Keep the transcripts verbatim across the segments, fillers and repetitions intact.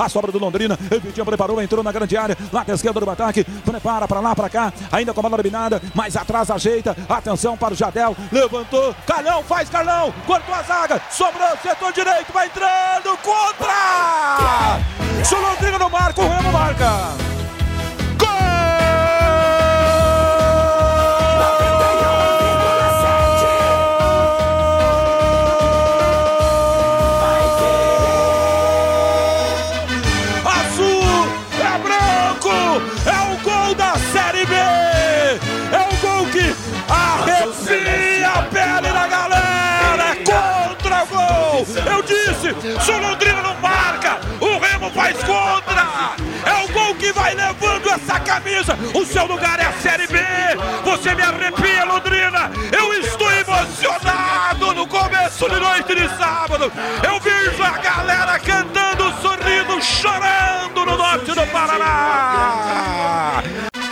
A sobra do Londrina. Evitinho preparou, entrou na grande área. Lá da esquerda do ataque. Prepara para lá, para cá. Ainda com a bola dominada. Mais atrás ajeita. Atenção para o Jadel. Levantou. Carlão, faz Carlão. Cortou a zaga. Sobrou. Setor direito. Vai entrando. Contra! Se o Londrina não marca, o Remo marca. Eu disse, se o Londrina não marca, o Remo faz contra. É o gol que vai levando essa camisa. O seu lugar é a Série B. Você me arrepia, Londrina. Eu estou emocionado no começo de noite de sábado. Eu vejo a galera cantando, sorrindo, chorando no norte do Paraná.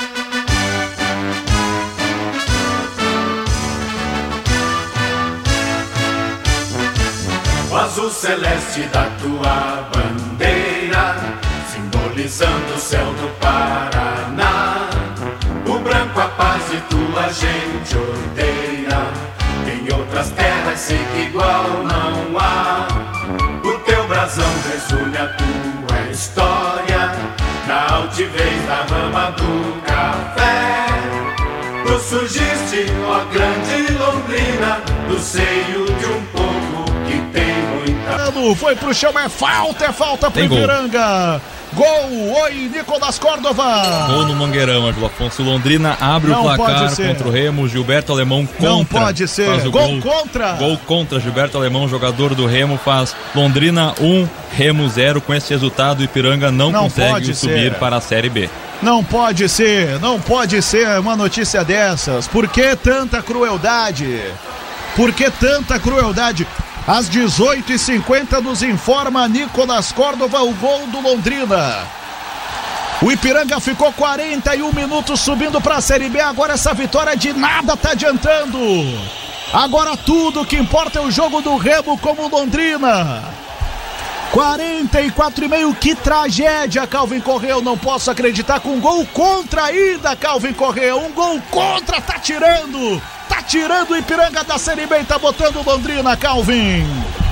O azul celeste da tua bandeira, simbolizando o céu do Paraná. O branco a paz e tua gente odeia. Em outras terras sei que igual não há. O teu brasão resume a tua história, na altivez da rama do café. Tu surgiste, ó grande Londrina, do seio de um povo que tem muita... Foi pro chão, é falta, é falta pro Ipiranga. Gol, oi, Nicolas Córdova. Gol no Mangueirão, Ângelo Afonso. Londrina abre Não o placar contra o Remo. Gilberto Alemão contra. Não pode ser. Faz o gol, gol contra. Gol contra. Gilberto Alemão, jogador do Remo, faz Londrina um, Remo zero. Com esse resultado, o Ipiranga não, não consegue subir ser. para a Série B. Não pode ser, não pode ser uma notícia dessas. Por que tanta crueldade? Por que tanta crueldade? Às dezoito e cinquenta nos informa Nicolas Córdova o gol do Londrina. O Ipiranga ficou quarenta e um minutos subindo para a Série B. Agora essa vitória de nada tá adiantando. Agora tudo que importa é o jogo do Remo como Londrina. quarenta e quatro e meio, que tragédia, Calvin Correa. Eu não posso acreditar com um gol contra ainda, Calvin Correa. Um gol contra, tá tirando. Tá tirando o Ipiranga da Série B e tá botando Londrina, Calvin.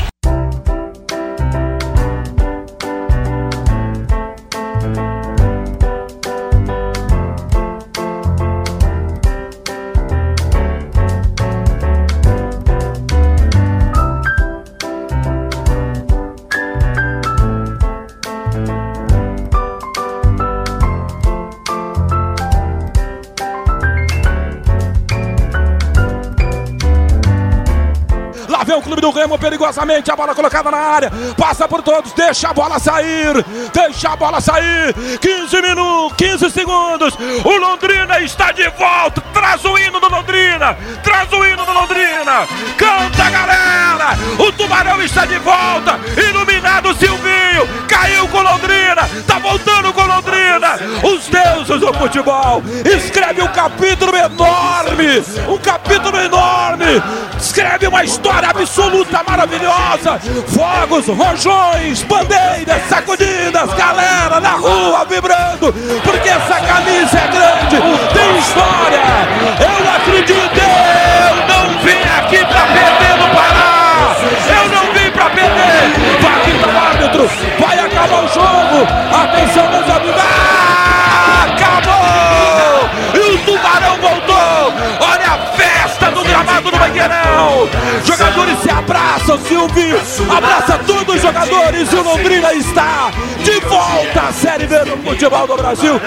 O clube do Remo perigosamente, a bola colocada na área, passa por todos, deixa a bola sair, deixa a bola sair, quinze minutos, quinze segundos, o Londrina está de volta, traz o hino do Londrina, traz o hino do Londrina, canta galera, o Tubarão está de volta, iluminado Silvinho, caiu com Londrina, tá voltando com Londrina, os deuses do futebol, escreve um capítulo enorme, um capítulo enorme, escreve uma história absoluta, maravilhosa, fogos, rojões, bandeiras, sacudidas, galera na rua vibrando, porque essa camisa é grande, tem história, eu acredito, eu não vim aqui pra perder no Pará, eu não vim pra perder, vai aqui o árbitro, vai acabar o jogo, atenção meus amigos, ah, acabou, e o Tubarão voltou, olha a festa do gramado do Mangueirão, jogadores se abraçam, Silvio, abraça todos os jogadores e o Londrina está de volta à Série B do futebol do Brasil.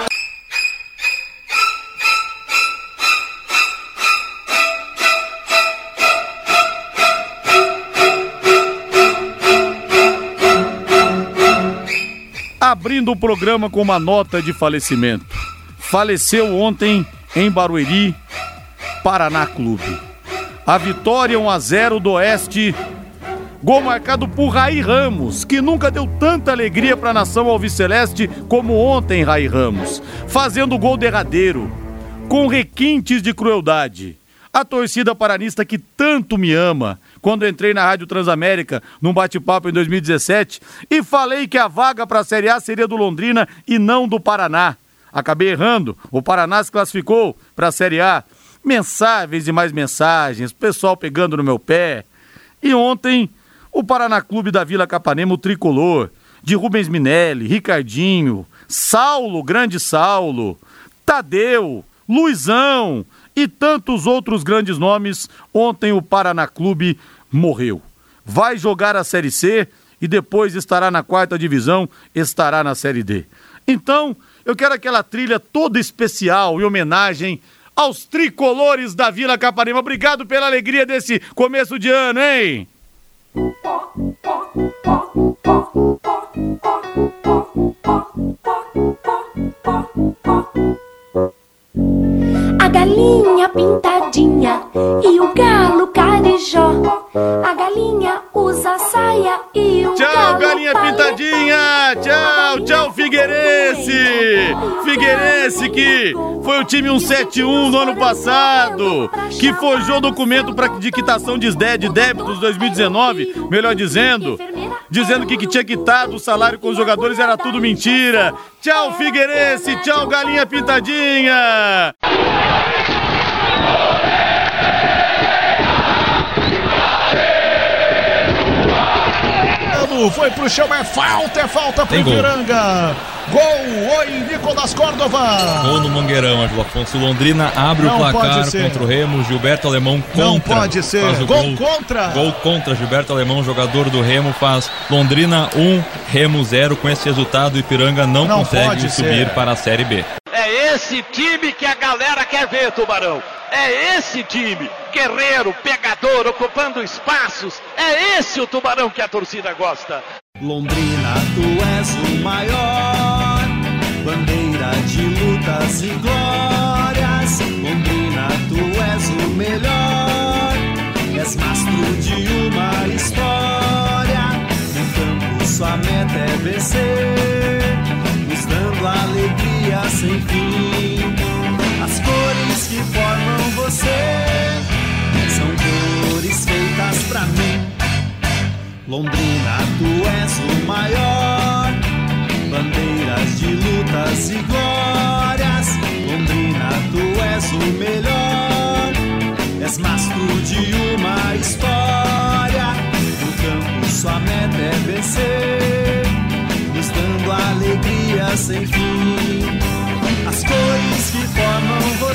Abrindo o programa com uma nota de falecimento. Faleceu ontem em Barueri, Paraná Clube. A vitória um a zero do Oeste, gol marcado por Raí Ramos, que nunca deu tanta alegria para a nação alviceleste como ontem Raí Ramos, fazendo o gol derradeiro, com requintes de crueldade. A torcida paranista que tanto me ama, quando entrei na Rádio Transamérica, num bate-papo em dois mil e dezessete, e falei que a vaga para a Série A seria do Londrina e não do Paraná. Acabei errando, o Paraná se classificou para a Série A. Mensagens e mais mensagens, pessoal pegando no meu pé. E ontem, o Paraná Clube da Vila Capanema, o tricolor, de Rubens Minelli, Ricardinho, Saulo, grande Saulo, Tadeu, Luizão e tantos outros grandes nomes, ontem o Paraná Clube morreu. Vai jogar a Série C e depois estará na quarta divisão, estará na Série D. Então, eu quero aquela trilha toda especial em homenagem aos tricolores da Vila Capanema. Obrigado pela alegria desse começo de ano, hein? A galinha pintadinha e o galo carijó. A galinha usa saia e o tchau, galo galinha pintadinha! Tchau, tchau, Figueirense! Figueirense que foi o time cento e setenta e um no ano passado, que forjou documento pra, de quitação de débitos dois mil e dezenove, melhor dizendo, dizendo que, que tinha quitado o salário com os jogadores, era tudo mentira. Tchau, Figueirense! Tchau, galinha pintadinha! Foi pro chão, é falta, é falta pro Ipiranga. Gol, oi, Nicolas Córdova. Gol no Mangueirão, Ângelo Afonso. Londrina abre Não o placar contra o Remo. Gilberto Alemão contra. Não pode ser. Gol, gol contra. Gol contra. Gilberto Alemão, jogador do Remo, faz Londrina um, Remo zero. Com esse resultado, o Ipiranga não, não consegue subir ser. para a Série B. É esse time que a galera quer ver, Tubarão. É esse time, guerreiro, pegador, ocupando espaços. É esse o Tubarão que a torcida gosta. Londrina, tu és o maior, bandeira de lutas e glórias. Londrina, tu és o melhor, és mastro de uma história. No campo sua meta é vencer, nos dando alegria sem fim. As cores que formam você são cores feitas pra mim. Londrina, tu és o maior, bandeiras de lutas e glórias. Londrina, tu és o melhor, és mastro de uma história. No campo sua meta é vencer, nos dando alegria sem fim. As cores que formam você